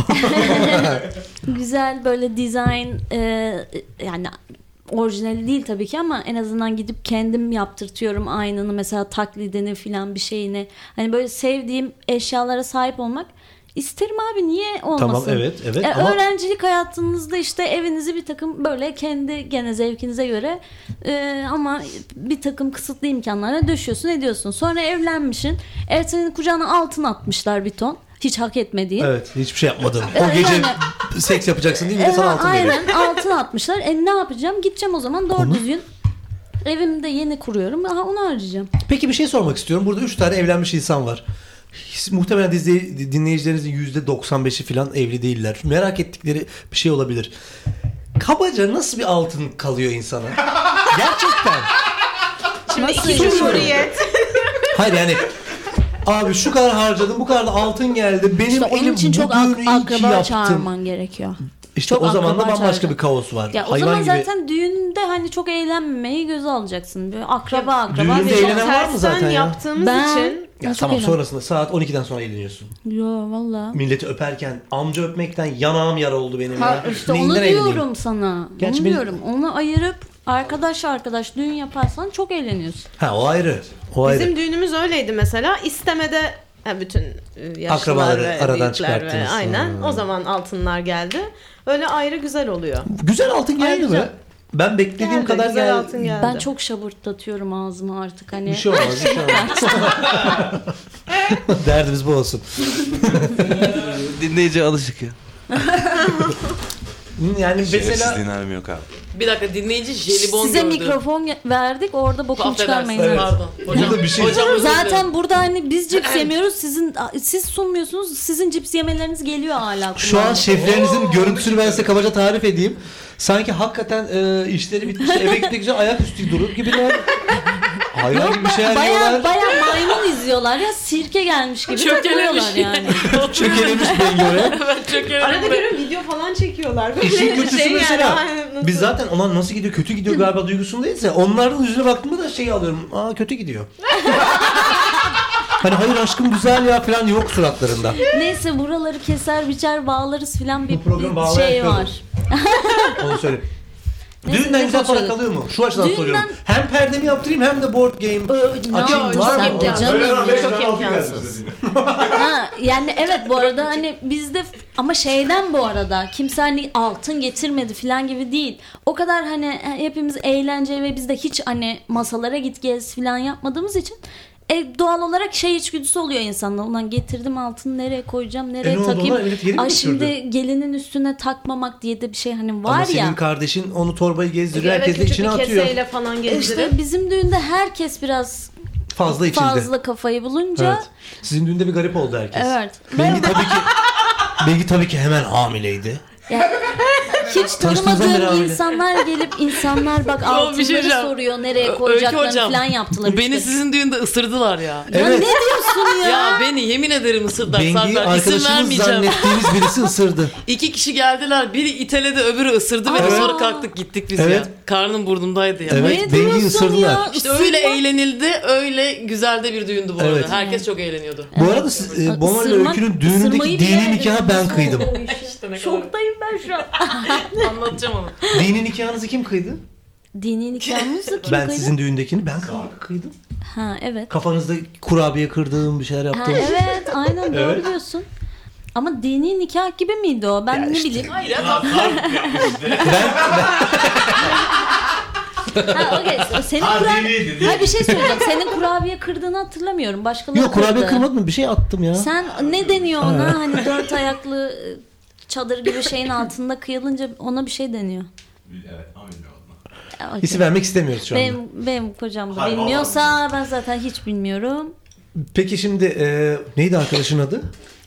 güzel böyle dizayn e, yani orijinali değil tabii ki ama en azından gidip kendim yaptırtıyorum aynını mesela taklidini filan bir şeyini. Hani böyle sevdiğim eşyalara sahip olmak isterim abi, niye olmasın? Tamam, evet, evet. E, Ama- Öğrencilik hayatınızda işte evinizi bir takım böyle kendi gene zevkinize göre e, ama bir takım kısıtlı imkanlarla döşüyorsun ediyorsun. Sonra evlenmişsin. Evet, senin kucağına altın atmışlar bir ton. Hiç hak etmediğin. Evet, hiçbir şey yapmadım. O Evet, gece yani- seks yapacaksın değil mi? Bir de Evet, sana altın veriyor. aynen altın atmışlar. E ne yapacağım? Gideceğim o zaman doğru Onu- düzgün. Evimi de yeni kuruyorum. Aha, onu harcayacağım. Peki bir şey sormak istiyorum. Burada üç tane evlenmiş insan var. Muhtemelen dizi, dinleyicilerinizin yüzde doksan beşi falan evli değiller. Merak ettikleri bir şey olabilir. Kabaca nasıl bir altın kalıyor insana? Gerçekten. Şimdi Nasıl iki yani? cumhuriyet. Hayır yani abi şu kadar harcadım, bu kadar da altın geldi. Benim İşte onun elim için çok bu düğünü ak- iyi ki akraba yaptım. çağırman gerekiyor. İşte çok o zaman da akraba bambaşka çağıracağım. bir kaos var. Ya o Hayvan zaman gibi. zaten düğünde hani çok eğlenmemeyi göze alacaksın. Böyle akraba akraba düğünde bir şey. eğlenen var mı zaten Tersten ya? yaptığımız Ben- için Ya çok tamam, eğlen- sonrasında saat on ikiden sonra eğleniyorsun. Yo valla. Milleti öperken, amca öpmekten yanağım yara oldu benim Ha, ya. işte Neyinden onu eğleneyim? diyorum sana. Gerçi onu benim- diyorum. Onu ayırıp arkadaş arkadaş düğün yaparsan çok eğleniyorsun. Ha o ayrı. O ayrı. Bizim düğünümüz öyleydi mesela. İstemede ha, bütün e, yaşlılar Akrabaları ve aradan büyükler ve çıkarttınız. aynen. Hmm. O zaman altınlar geldi. Öyle ayrı güzel oluyor. Güzel altın geldi Ayrıca- mi? Ben beklediğim Geldi, kadar güzel geldi. altın geldi. Ben çok şabırtlatıyorum ağzımı artık hani. Bir şey olmaz, bir şey olmaz. Derdimiz bu olsun. Dinleyici alışık ya. Yani mesela Şerefsizliğin alemi yok abi. Bir dakika dinleyici jelibon Size gördü. mikrofon verdik orada bokunu Affedersin, çıkarmayın. Evet. Pardon. Hocam, Burada bir şey- hocam özür dilerim. Zaten burada hani biz cips yemiyoruz, sizin siz sunmuyorsunuz, sizin cips yemeleriniz geliyor hala. şu an kulağıma. şeflerinizin görüntüsünü ben size kabaca tarif edeyim. Sanki hakikaten e, işleri bitmiş, eve gittikçe ayaküstü durur gibiler. Hayvan gibi bir şeyler Baya yiyorlar. baya maymun izliyorlar ya, sirke gelmiş gibi Çökelemiş. takılıyorlar yani. Çökelemiş Bengöre. Ben çökerim. Arada görüyorum video falan çekiyorlar. Böyle İşin kötüsü şey yani, mesela aynen, nasıl- biz zaten olan nasıl gidiyor kötü gidiyor galiba duygusundayız ya onların yüzüne baktığımda da şeyi alıyorum. Aa kötü gidiyor. Hani hayır aşkım güzel ya falan yok suratlarında. Neyse buraları keser biçer bağlarız filan bir, Bu program bir bağlayan şey yapıyordum. var. Onu söyle. Neyse, Düğünden ne güzel para konuşuyorduk? kalıyor mu? Şu açıdan Düğünden- soruyorum. Hem perdemi yaptırayım hem de board game Ne açayım. yapacağım? Var mı? Yok Var. canım. Çok imkansız. Ha, yani evet bu arada hani bizde ama şeyden bu arada kimse hani altın getirmedi falan gibi değil. O kadar hani hepimiz eğlenceli ve biz de hiç hani masalara git gez falan yapmadığımız için e, doğal olarak şey içgüdüsü oluyor insanlar. Ulan getirdim altını nereye koyacağım, nereye E ne oldu takayım. ona? Evet, yeri mi Ay götürdü? şimdi gelinin üstüne takmamak diye de bir şey hani var Ama ya. senin kardeşin onu torbayı gezdiriyor, Evet, herkes de küçük içine bir atıyor. keseyle falan gezdirip. İşte bizim düğünde herkes biraz Fazla içinde. fazla kafayı bulunca Evet. Sizin düğünde bir garip oldu herkes. evet. Bengi tabii ki Bengi tabii ki hemen hamileydi. Ya, hiç Tanıştığınızdan beri tanımadığım öyle. insanlar gelip insanlar bak Yo, bir şey altınları diyeceğim. soruyor nereye Öykü koyacaklarını hocam, falan yaptılar. Beni işte. sizin düğünde ısırdılar ya. Ya Evet. ne diyorsun ya? Ya beni yemin ederim ısırdılar. Bengi Sarper, isim arkadaşımız vermeyeceğim. zannettiğimiz birisi ısırdı. İki kişi geldiler. Biri iteledi, öbürü ısırdı ve Aa. sonra kalktık gittik biz Evet. ya. Karnım burnumdaydı ya. Evet. Ne Bengi'yi diyorsun ısırdılar. ya? İşte Isırma. öyle eğlenildi, öyle güzel de bir düğündü bu arada. Evet. Herkes çok eğleniyordu. Bu arada siz, e, Bono ile Isırmak- Öykü'nün düğünündeki ısırmayı dini bile- nikahı ben kıydım. İşte ne kadar Şoktayım ben şu an. anlatacağım onu. Dini nikahınızı kim kıydı? Dini nikahımızı kim Ben kıydı? sizin düğündekini ben kıydım. Ha evet. Kafanızda kurabiye kırdığım bir şeyler Ha, yaptım. evet aynen doğru Evet. diyorsun. Ama dini nikah gibi miydi o? Ben Ya ne işte. bileyim. Hayır ya tatlı. Ha okey. Senin kurabiye... Hayır bir şey söyleyeceğim. Senin kurabiye kırdığını hatırlamıyorum. Başkaları Yok kurabiye kırdı. kırmadım bir şey attım ya. Sen ne deniyor ona? Hani dört ayaklı e, çadır gibi şeyin altında kıyılınca ona bir şey deniyor. Evet, ama bilmiyorum. Ya, okey. İsim vermek istemiyoruz şu anda. Benim, benim kocam da Hayır, bilmiyorsa ben zaten hiç bilmiyorum. Peki şimdi e, neydi arkadaşın adı?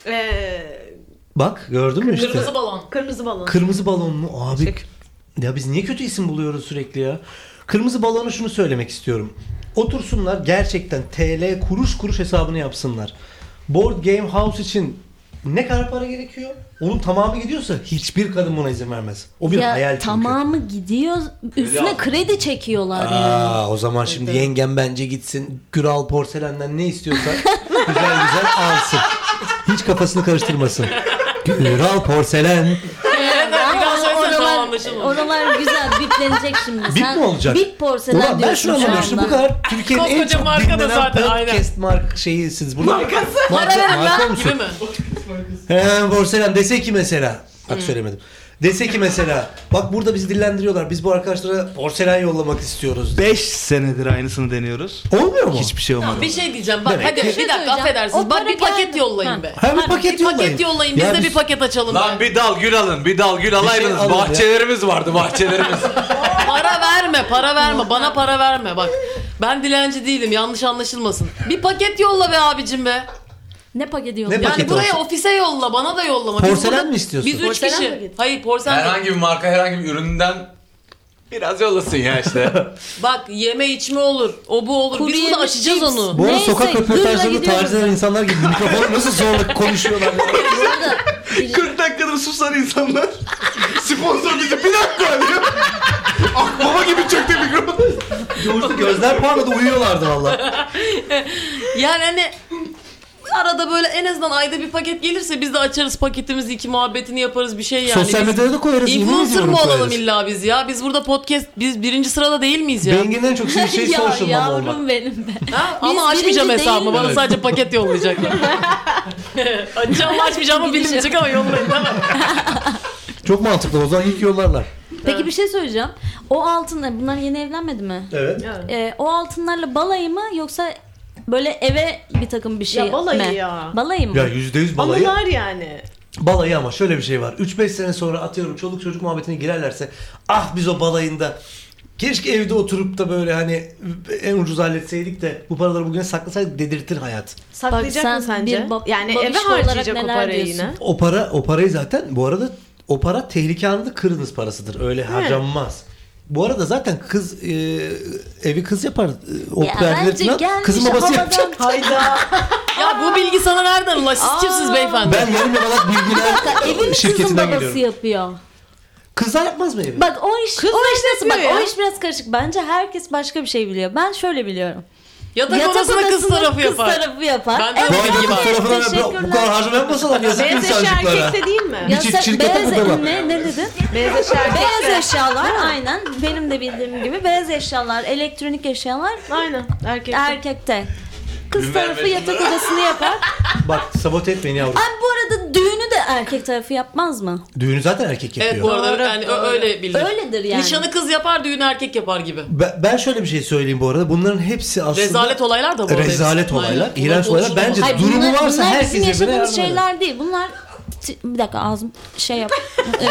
Ee, Bak gördün mü işte? Kırmızı balon. kırmızı balon. Kırmızı balonlu abi. Şık. Ya biz niye kötü isim buluyoruz sürekli ya? Kırmızı balona şunu söylemek istiyorum. Otursunlar gerçekten T L kuruş kuruş hesabını yapsınlar. Board Game House için ne kadar para gerekiyor? Onun tamamı gidiyorsa hiçbir kadın buna izin vermez. O bir ya hayal çünkü. tamamı gidiyor. Üstüne kredi çekiyorlar yani. Aa, o zaman şimdi yengem bence gitsin Güral Porselen'den ne istiyorsa güzel güzel alsın. Hiç kafasını karıştırmasın. Güral Porselen. Bir daha söylesene tamam Oralar, anlaşılmadı. oralar güzel biplenecek şimdi. Bip Sen mi olacak? Bip porselen Ulan ben diyorsun şunu şu anlamıyorum. Şimdi bu anda. kadar Türkiye'nin en Koskoca çok marka da dinlenen zaten, aynen. podcast mark şeyi siz. Burada markası. Para verin marka lan musun? gibi mi? He, Porselen dese ki mesela. Bak söylemedim. Dese ki mesela bak burada bizi dillendiriyorlar. Biz bu arkadaşlara porselen yollamak istiyoruz. beş senedir aynısını deniyoruz. Olmuyor mu? Hiçbir şey olmadı. Bir şey diyeceğim. Bak Demek hadi ki- bir dakika söyleyeceğim. affedersiniz. O Bak para bir paket geldi. yollayın Ha. be. Ha, bir Hadi paket bir paket yollayın. yollayın. Biz Ya de biz- bir paket açalım be. Lan bir dal gül alın, bir dal gül alaydınız. alın ya. Bahçelerimiz vardı, bahçelerimiz. Para verme, para verme. Bana para verme bak. Ben dilenci değilim. Yanlış anlaşılmasın. Bir paket yolla be abicim be. Ne paketi yok? Ne Yani paket buraya olsun? ofise yolla, bana da yollama. Biz Porselen burada- mi istiyorsun? Biz üç Porselen kişi. paket. Hayır porselen değil. Herhangi bir marka, herhangi bir üründen biraz yollasın ya işte. Bak yeme içme olur. O bu olur. Kuru Biz burada yemiş, açacağız cips. onu. Bu arada Neyse, sokak gırla röportajlarını gidiyoruz. taciz eden insanlar gibi mikrofonu nasıl zorla konuşuyorlar. kırk dakikadır susar insanlar. Sponsor bizi bir dakika diyor. Akbaba gibi çöktü mikrofon. Gördü, gözler parladı uyuyorlardı valla. Yani hani Arada böyle en azından ayda bir paket gelirse biz de açarız paketimizi, iki muhabbetini yaparız, bir şey yani. Sosyal Biz medyada da koyarız. yemin influencer ediyorum mı olalım koyarız. illa biz ya? Biz burada podcast, biz birinci sırada değil miyiz ya? Bengi'nin en çok sevdiği şey ya social mom yavrum olmak. benim de. Ha? Biz Ama açmayacağım birinci hesabımı. değil Bana sadece paket yollayacaklar. Açacağım mı açmayacağım mı bilmeyecek ama yollayın değil mi? Çok mantıklı. O zaman ilk yollarlar. Peki bir şey söyleyeceğim. O altınlar, bunlar yeni evlenmedi mi? Evet. Yani. Ee, o altınlarla balayı mı yoksa böyle eve bir takım bir şey Ya balayı mi? ya. Balayı mı? Ya yüzde yüz balayı. Anılar yani. Balayı ama şöyle bir şey var. üç beş sene sonra atıyorum çoluk çocuk muhabbetine girerlerse ah biz o balayında keşke evde oturup da böyle hani en ucuz halletseydik de bu paraları bugüne saklasaydık dedirtir hayat. Saklayacak Bak, mı sen sence? bir bab- yani babişko eve olarak harcayacak o neler parayı diyorsun? yine. O para o parayı zaten bu arada o para tehlike anında kırınız parasıdır. Öyle harcanmaz. Bu arada zaten kız e, evi kız yapar. E, o Ya perdeleri bence falan gelmiş kızın babası havadan- yapacak. Hayda. Ya bu bilgi sana nereden ulaştı? Siz kimsiniz beyefendi? Ben yarım yamalak bilgiler Evin kızın şirketinden babası geliyorum. yapıyor. Kızlar yapmaz mı evi? Bak o iş, Kız o iş da nasıl? Bak yapıyor o ya. iş biraz karışık. Bence herkes başka bir şey biliyor. Ben şöyle biliyorum. Yatak, odasını kız tarafı kız yapar. tarafı yapar. Benden Evet, Bu arada bilgi kız var. tarafına ben- bu teşekkürler. kadar harcama yapmasalar yazık Beyaz eşya insancıklara. erkekte değil mi? Bir Ya çift sen şirkete beyaz, burada bak. ne, ne dedin? Beyaz eşya erkekte. Beyaz eşyalar aynen benim de bildiğim gibi beyaz eşyalar, elektronik eşyalar Aynen. Erkekte. erkekte. Kız Ürün tarafı verme yatak odasını yapar. Bak sabote etmeyin yavrum. Ay bu arada düğünü de erkek tarafı yapmaz mı? Düğünü zaten erkek yapıyor. Evet bu arada Doğru, yani ö- doğru. öyle bildim. Öyledir yani. Nişanı kız yapar, düğünü erkek yapar gibi. Ben, ben şöyle bir şey söyleyeyim bu arada. Bunların hepsi aslında Rezalet olaylar da bu arada. rezalet hepsi. olaylar, Aynen. iğrenç Bunlar olaylar. konuşulmaz. Bence Hayır, durumu bunlar, varsa bunlar herkes bizim birbirine yaşadığımız yardım eder. şeyler değil. Bunlar T- bir dakika ağzım şey yap. Ee,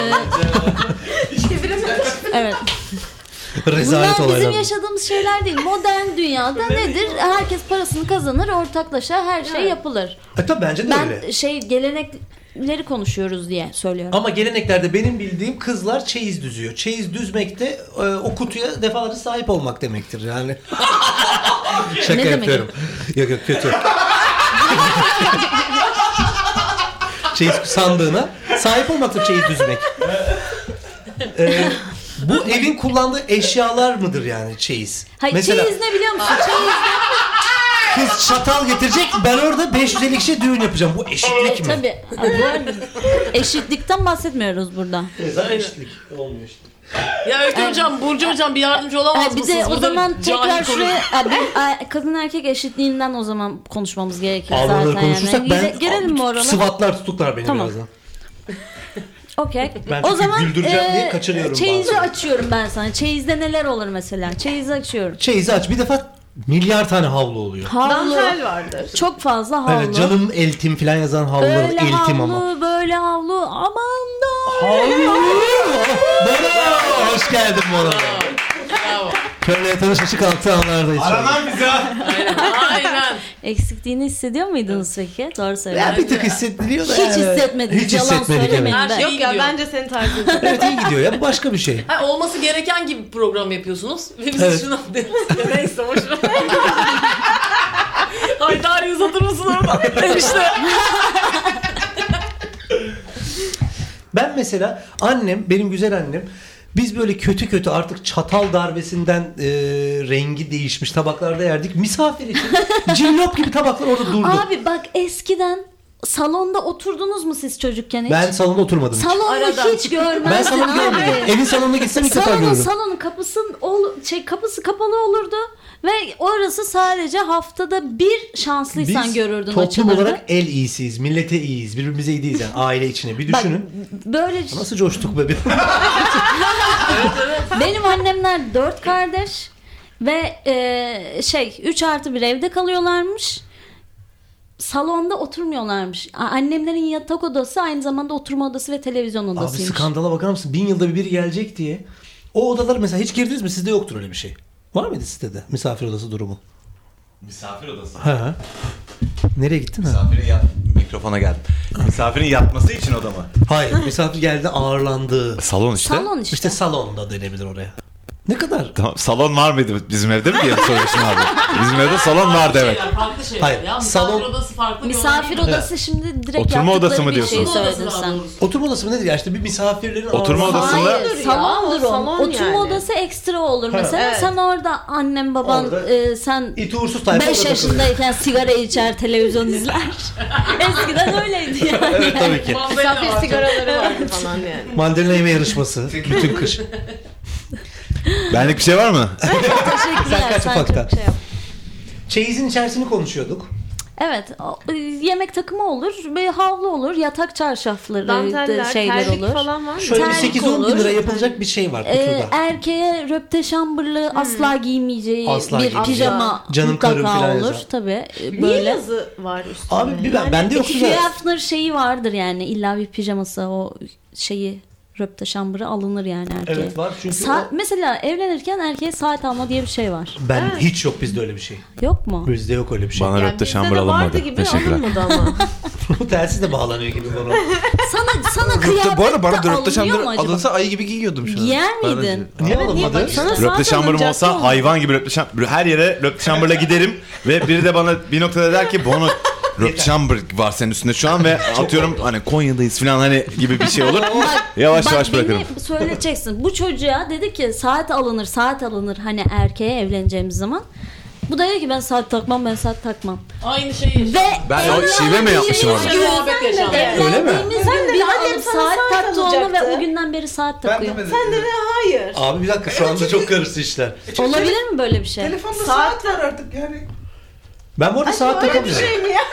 evet. Rezalet Bunlar bizim olaylar. yaşadığımız şeyler değil. Modern dünyada nedir? Herkes parasını kazanır, ortaklaşa her şey yapılır. E tabii bence de Ben öyle. şey gelenekleri konuşuyoruz diye söylüyorum. Ama geleneklerde benim bildiğim kızlar çeyiz düzüyor. Çeyiz düzmek de e, o kutuya defalarca sahip olmak demektir yani. Şaka Ne demek yapıyorum. Yok yok kötü. Çeyiz sandığına sahip olmaktır çeyiz düzmek. Ee, bu evin kullandığı eşyalar mıdır yani çeyiz? Hayır, Mesela çeyiz ne biliyor musun? Çeyiz kız çatal getirecek, ben orada beş yüz elli kişiye düğün yapacağım. Bu eşitlik mi? tabii. Bu arada eşitlikten bahsetmiyoruz burada. Zaten eşitlik olmuyor işte. Ya Öykü hocam, Burcu hocam bir yardımcı olamaz Ha, bir mısınız? de o Burada zaman cahil tekrar konu- şuraya ha, bir, a, kadın erkek eşitliğinden o zaman konuşmamız gerekir Avraları zaten konuşursak yani. ben Gire- girelim mi orana? sıvatlar tutuklar beni Tamam. birazdan. Okey. Ben O çünkü zaman güldüreceğim diye kaçırıyorum çeyizi bazen. açıyorum ben sana. Çeyizde neler olur mesela? Çeyizi açıyorum. Çeyizi aç, bir defa milyar tane havlu oluyor. Havlu. Dantel vardır. Çok fazla havlu. Evet, canım eltim falan yazan havlular Öyle eltim havlu, ama. böyle havlu. Aman da. Havlu. Bora, hoş geldin Bora. Bravo. Körle tanış ışık altı anlardayız. Aranan bize. Aynen. Aynen. Eksikliğini hissediyor muydunuz peki? Doğru Ya söylüyorum. bir tık hissettiriyor da Hiç yani. hissetmedik, Hiç yalan hissetmedik söylemeyin. evet. Her şey Yok iyi ya gidiyor. bence senin tarzın. Evet iyi gidiyor ya, bu başka bir şey. Ha, olması gereken gibi bir program yapıyorsunuz. Ve biz Evet. şunu anlıyoruz. Ya neyse boşver. Haydari uzatır mısın oradan? İşte. Ben mesela annem, benim güzel annem, biz böyle kötü kötü artık çatal darbesinden e, rengi değişmiş tabaklarda yerdik. Misafir için cillop gibi tabaklar orada durdu. Abi bak eskiden salonda oturdunuz mu siz çocukken hiç? Ben salonda oturmadım hiç. Salonu Arada. hiç görmezdin Ben salonu abi. görmedim. Evin salonuna gitsem ilk defa Salonun görürüm. salonun kapısı ol, şey kapısı kapalı olurdu ve orası sadece haftada bir şanslıysan Biz görürdün toplum açılırdı. olarak el iyisiyiz, millete iyiyiz, birbirimize iyi değiliz yani aile içine. Bir Bak, düşünün. böyle Nasıl coştuk be bir. benim annemler dört kardeş ve e, şey üç artı bir evde kalıyorlarmış. Salonda oturmuyorlarmış. A- Annemlerin yatak odası aynı zamanda oturma odası ve televizyon Abi odasıymış. skandala bakar mısın? Bin yılda bir biri gelecek diye. O odalar mesela hiç girdiniz mi? Sizde yoktur öyle bir şey. Var mıydı sizde de misafir odası durumu? Misafir odası. Ha. Nereye gittin ha? Misafirin yat... Mikrofona geldim. Misafirin yatması için odama. Hayır, misafir geldi ağırlandığı. Salon işte. Salon işte. İşte salonda denebilir oraya. Ne kadar? Tamam, salon var mıydı bizim evde mi diye soruyorsun abi. Bizim evde salon vardı evet. Şeyler, farklı şeyler Hayır, ya. Misafir salon- odası farklı. bir Misafir olay değil mi? odası şimdi direkt Oturma yaptıkları odası mı bir diyorsun? şey Oturma odası söyledin daha sen. doğrusu. Oturma odası mı nedir ya? İşte bir misafirlerin Oturma ağırlanması- odasında- Hayır, ya, salondur o. salon Oturma yani. odası ekstra olur. Mesela Evet. sen orada annem baban Orada e, sen İti uğursuz tayfa beş orada takılıyor. yaşındayken sigara içer, televizyon izler. Eskiden öyleydi yani. Evet tabii ki. Misafir sigaraları vardı falan yani. Mandalina yeme yarışması bütün kış. Benlik bir şey var mı? Teşekkürler. Sen kaç çok ufakta? şey yap- Çeyizin içerisini konuşuyorduk. Evet, o- yemek takımı olur, bir havlu olur, yatak çarşafları, Danteller, şeyler terlik olur. falan var mı? Şöyle bir Terlik sekiz on bin olur. lira yapılacak bir şey var Ee, kutuda. erkeğe röpte şambırlı asla giymeyeceği Asla bir giymeyeceği. pijama Canım karım mutlaka falan olur yazar. tabii. Ee, Niye Böyle. yazı var üstünde? Abi bir ben, bende yoktu da. Fiyafner şeyi vardır yani, illa bir pijaması o şeyi röpte şambırı alınır yani erkeğe. Evet var çünkü Sa- o- Mesela evlenirken erkeğe saat alma diye bir şey var. ben hiç yok bizde öyle bir şey. Yok mu? Bizde yok öyle bir şey. Bana Yani röpte bizde şambır de vardı alınmadı. gibi Teşekkürler. alınmadı ama. Bu telsiz de bağlanıyor gibi bana. Sana sana Röpte, kıyafet bu arada bana de da röpte alınıyor şambır mu acaba? alınsa ayı gibi giyiyordum şu an. Giyer Ben miydin? de- Niye Evet, niye alınmadı? bak sana Röpte saat şambırım alınacaktı olsa mı? hayvan gibi röpte şambır. Her yere röpte şambırla giderim ve biri de bana bir noktada der ki Bono röpte şambır var senin üstünde şu an ve atıyorum hani Konya'dayız falan hani gibi bir şey olur. Yavaş Bak yavaş bırakırım. beni söyleyeceksin. Bu çocuğa dedi ki saat alınır, saat alınır hani erkeğe evleneceğimiz zaman. Bu da dedi ki ben saat takmam, ben saat takmam. Aynı şeyi. Ve Ben o şive mi yapmışım orada? Aynı muhabbet yaşandı. Öyle mi? evlendiğimiz Sen gün de biri annem alıp sana saat saat taktı ona ve alacaktı. o günden beri saat takıyor. Sen de ne? Hayır. Abi bir dakika şu anda çok karıştı işler. Olabilir mi böyle bir şey? Telefonda Saat saat var artık yani. Ben bu arada saat Öyle bir takamıyorum. şey mi ya?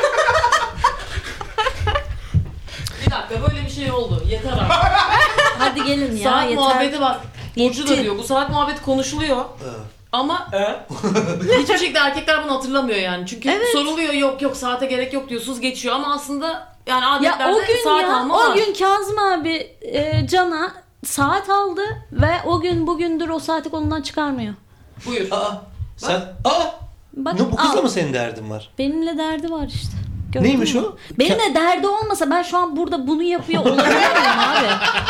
Bir dakika böyle bir şey oldu. Yeter artık. Hadi gelin ya saat yeter. muhabbeti bak. Burcu da Yetti. diyor. Bu saat muhabbeti konuşuluyor. Ama hiçbir şekilde erkekler bunu hatırlamıyor yani. Çünkü soruluyor yok yok saate gerek yok diyorsunuz geçiyor ama aslında yani Ya adetlerde o gün saat ya alma o var. gün Kazım abi e, Can'a saat aldı ve o gün bugündür o saati kolundan çıkarmıyor. Buyur. Aa, sen aa, Bak, ne bu kızla al. mı senin derdin var? Benimle derdi var işte. Gördün Neymiş mü? o? Benimle derdi olmasa ben şu an burada bunu yapıyor olabilir miyim abi?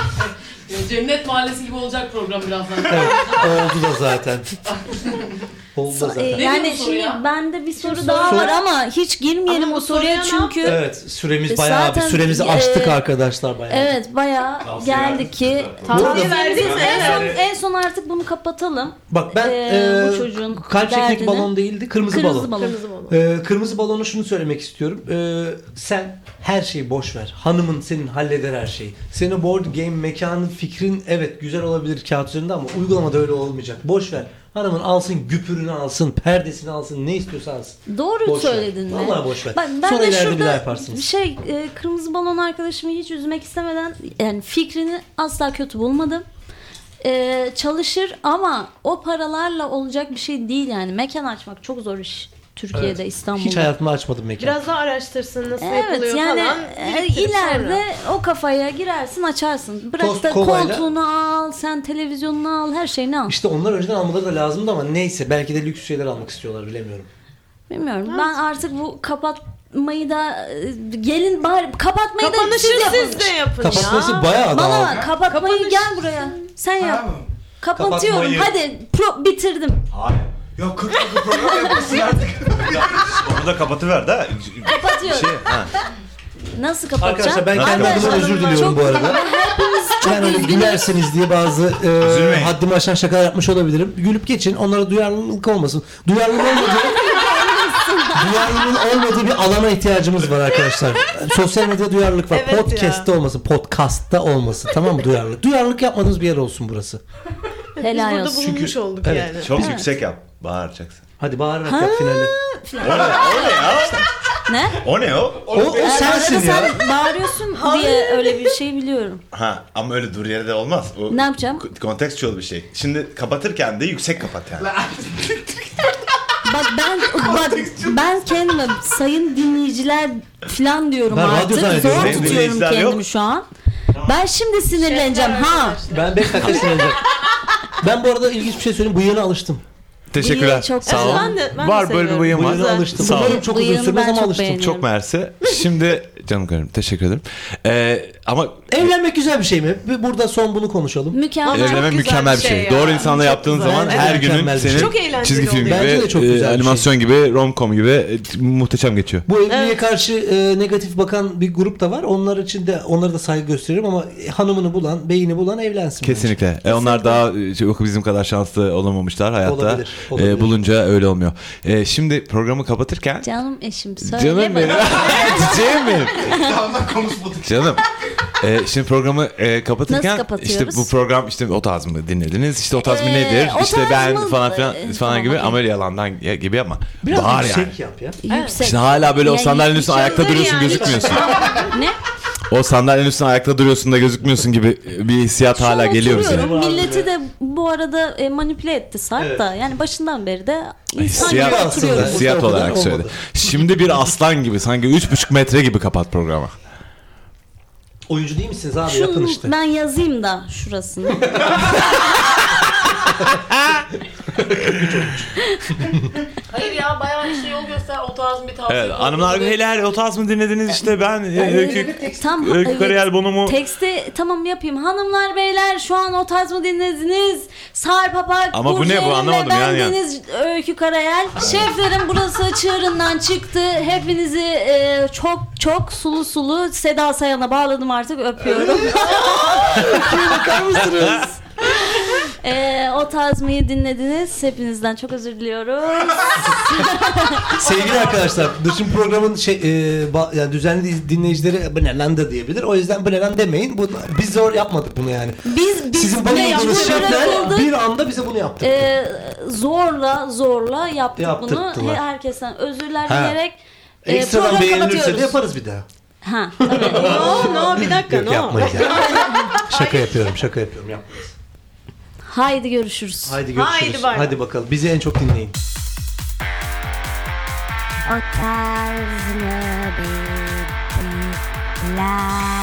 Cennet Mahallesi gibi olacak program birazdan. Evet, oldu da zaten. Oldu da E, zaten. yani diyor bu soru şimdi ya? bende bir soru soru- daha soru- var ama hiç girmeyelim Ama o bu soruya soruya ne çünkü Evet, süremiz E, bayağı bir zaten, süremizi e, aştık arkadaşlar bayağı. evet bayağı geldik ki Tavsiye en verdik son, mi? en son en son artık bunu kapatalım. Bak ben Ee, e, bu çocuğun kalp şeklindeki derdini- balon değildi, kırmızı, Kırmızı balon. balon. Kırmızı balon. Ee, kırmızı balonu şunu söylemek istiyorum. Ee, sen her şeyi boş ver. Hanımın senin halleder her şeyi. Senin board game mekanın fikrin evet güzel olabilir kağıt üzerinde ama uygulamada öyle olmayacak. Boş ver. Hanımın alsın güpürünü alsın, perdesini alsın, ne istiyorsa alsın. Doğru Boş ver. söyledin mi? Vallahi boş ver. Bak, ben Sonra de ileride bir şurada daha yaparsınız. şey e, kırmızı balon arkadaşımı hiç üzmek istemeden yani fikrini asla kötü bulmadım. E, çalışır ama o paralarla olacak bir şey değil yani. Mekan açmak çok zor iş Türkiye'de, Evet. İstanbul'da. Hiç hayatımda açmadım mekan. Biraz daha araştırsın nasıl Evet yapılıyor yani falan. e, biriktirip ileride sonra. o kafaya girersin açarsın. Bırak Tost da kovayla- koltuğunu al, sen televizyonunu al, her şeyini al. İşte onlar önceden almaları da lazımdı ama neyse belki de lüks şeyler almak istiyorlar bilemiyorum. Bilmiyorum. Ben artık bu kapatmayı da e, gelin bari kapatmayı da Kapanışı siz yapın. siz de yapın Kapatması ya. bayağı Bana daha. bak, kapatmayı Kapanış- gel buraya. Sen yap. Kapatıyorum. Kapatmayı- Hadi pro bitirdim. Ya kırk dakika program yapmasın artık. Onu da kapatıver da. Kapatıyorum. Şey, ha. Nasıl kapatacağım? Arkadaşlar ben kendi Arkadaşlar, adıma özür diliyorum çok- bu arada. Hepimiz çok Ben öyle üzgünüz. gülerseniz diye bazı e, Üzülmeyin. haddimi aşan şakalar yapmış olabilirim. Gülüp geçin. Onlara duyarlılık olmasın. Duyarlılık olmadığı duyarlılığın olmadığı bir alana ihtiyacımız var arkadaşlar. Sosyal medya duyarlılık var. Evet Podcast'te olmasın. Podcast'ta olmasın. Tamam mı duyarlılık? Duyarlılık yapmadığınız bir yer olsun burası. Helal Burada olsun. bulunmuş Çünkü- olduk evet, yani. Çok Evet. yüksek yap. Bağıracaksın. Hadi bağırarak yap finali. O ne? O ne ya? Ne? O ne o? O, o sensin Arada ya. sen bağırıyorsun diye öyle bir şey biliyorum. Ha ama öyle dur yere de olmaz. O Ne yapacağım? Kontekstüel bir şey. Şimdi kapatırken de yüksek kapat yani. Bak ben bak ben kendime sayın dinleyiciler falan diyorum Ben radyo artık. zannediyorum. Zor Sayın tutuyorum dinleyiciler kendimi yok. şu an. Ben şimdi sinirleneceğim ha. Ben beş dakika sinirleneceğim. Ben bu arada ilginç bir şey söyleyeyim. Bıyığına alıştım. Teşekkürler. Bıyığı çok Sağ güzel. olun. Ben de- ben de var böyle bir seviyorum. bıyığım var. Bıyığına alıştım. Sağ olun. Umarım çok uzun Bıyığını sürmez ben ama çok alıştım. beğeniyorum. Çok mersi. Şimdi Canım karım teşekkür ederim. Ee, ama Evlenmek güzel bir şey mi? Bir burada son bunu konuşalım. Mükemmel. Ama evlenme çok güzel mükemmel bir bir şey. şey ya. Doğru insanla Çok yaptığın güzel. zaman Bence her de günün mükemmel bir şey. senin Çok eğlenceli çizgi film oluyor. gibi, Bence de çok e, güzel bir animasyon gibi, rom-com gibi e, muhteşem geçiyor. Bu evliliğe karşı e, negatif bakan bir grup da var. Onlar için de onlara da saygı gösteriyorum ama hanımını bulan, beyini bulan evlensin. bence. Kesinlikle. E, onlar daha e, çok bizim kadar şanslı olamamışlar hayatta. Olabilir, olabilir. E, bulunca öyle olmuyor. E, şimdi programı kapatırken Canım eşim söyle. canım benim. Çiçeğim benim. Daha konuşmadık. Canım. Ee, şimdi programı e, kapatırken Nasıl kapatıyoruz? işte bu program işte o tarz mı dinlediniz? İşte o tarz mı Ee, nedir? o İşte tarz ben mı? falan filan Ee, falan tamam, gibi okey. ama öyle yalandan gibi ama Biraz bağır yüksek yani. yap ya. Yüksek. İşte hala böyle o Ya, sandalyenin üstünde ayakta çıldır duruyorsun yani. gözükmüyorsun. Ne? O sandalyenin üstünde ayakta duruyorsun da gözükmüyorsun gibi bir hissiyat Şu an hala geliyor bize. oturuyorum. Milleti de bu arada e, manipüle etti Sarp Evet. da. Yani başından beri de insan gibi Hissiyat, aslında. oturuyoruz. hissiyat O kadar olarak olmadı. söyledi. Şimdi bir aslan gibi sanki üç buçuk metre gibi kapat programı. Oyuncu değil misiniz abi? Yapın Şunu işte. ben yazayım da şurasını. Hayır ya bayağı işte yol göster o tarz bir tavsiye. Evet hanımlar beyler o tarz mı dinlediniz işte ben e, Öykü, Tam Öykü evet, Karayel Bonomo. teksti tamam yapayım. Hanımlar beyler şu an o tarz mı dinlediniz? Sarp Apak, Ama bu Burcu ne bu? Evrim ve Anlamadım ben yani ya. Deniz Öykü Karayel. Şeflerim burası çığırından çıktı. Hepinizi e, çok çok sulu sulu Seda Sayan'a bağladım artık öpüyorum. Bakar mısınız? E, o tarz mı dinlediniz? Hepinizden çok özür diliyoruz. Sevgili arkadaşlar, dışın programın şey, e, ba- yani düzenli dinleyicileri bu ne lan da diyebilir. O yüzden bu ne lan demeyin. Bu, biz zor yapmadık bunu yani. Biz biz Sizin bile bulunduğunuz mecbur şefler bırakıldık. bir anda bize bunu yaptı. Ee, zorla zorla yaptık bunu. Yaptırttılar. He- Herkesten özürler Ha. dileyerek e, Ekstradan programı beğenilirse kapatıyoruz. de yaparız bir daha. Ha, tabii. No no bir dakika Yok no. yapmayız ya. Şaka yapıyorum, şaka yapıyorum. Yapmayız. Haydi görüşürüz. Haydi görüşürüz. Haydi bay bay. Hadi bakalım. Bizi en çok dinleyin. O tarz mı bir la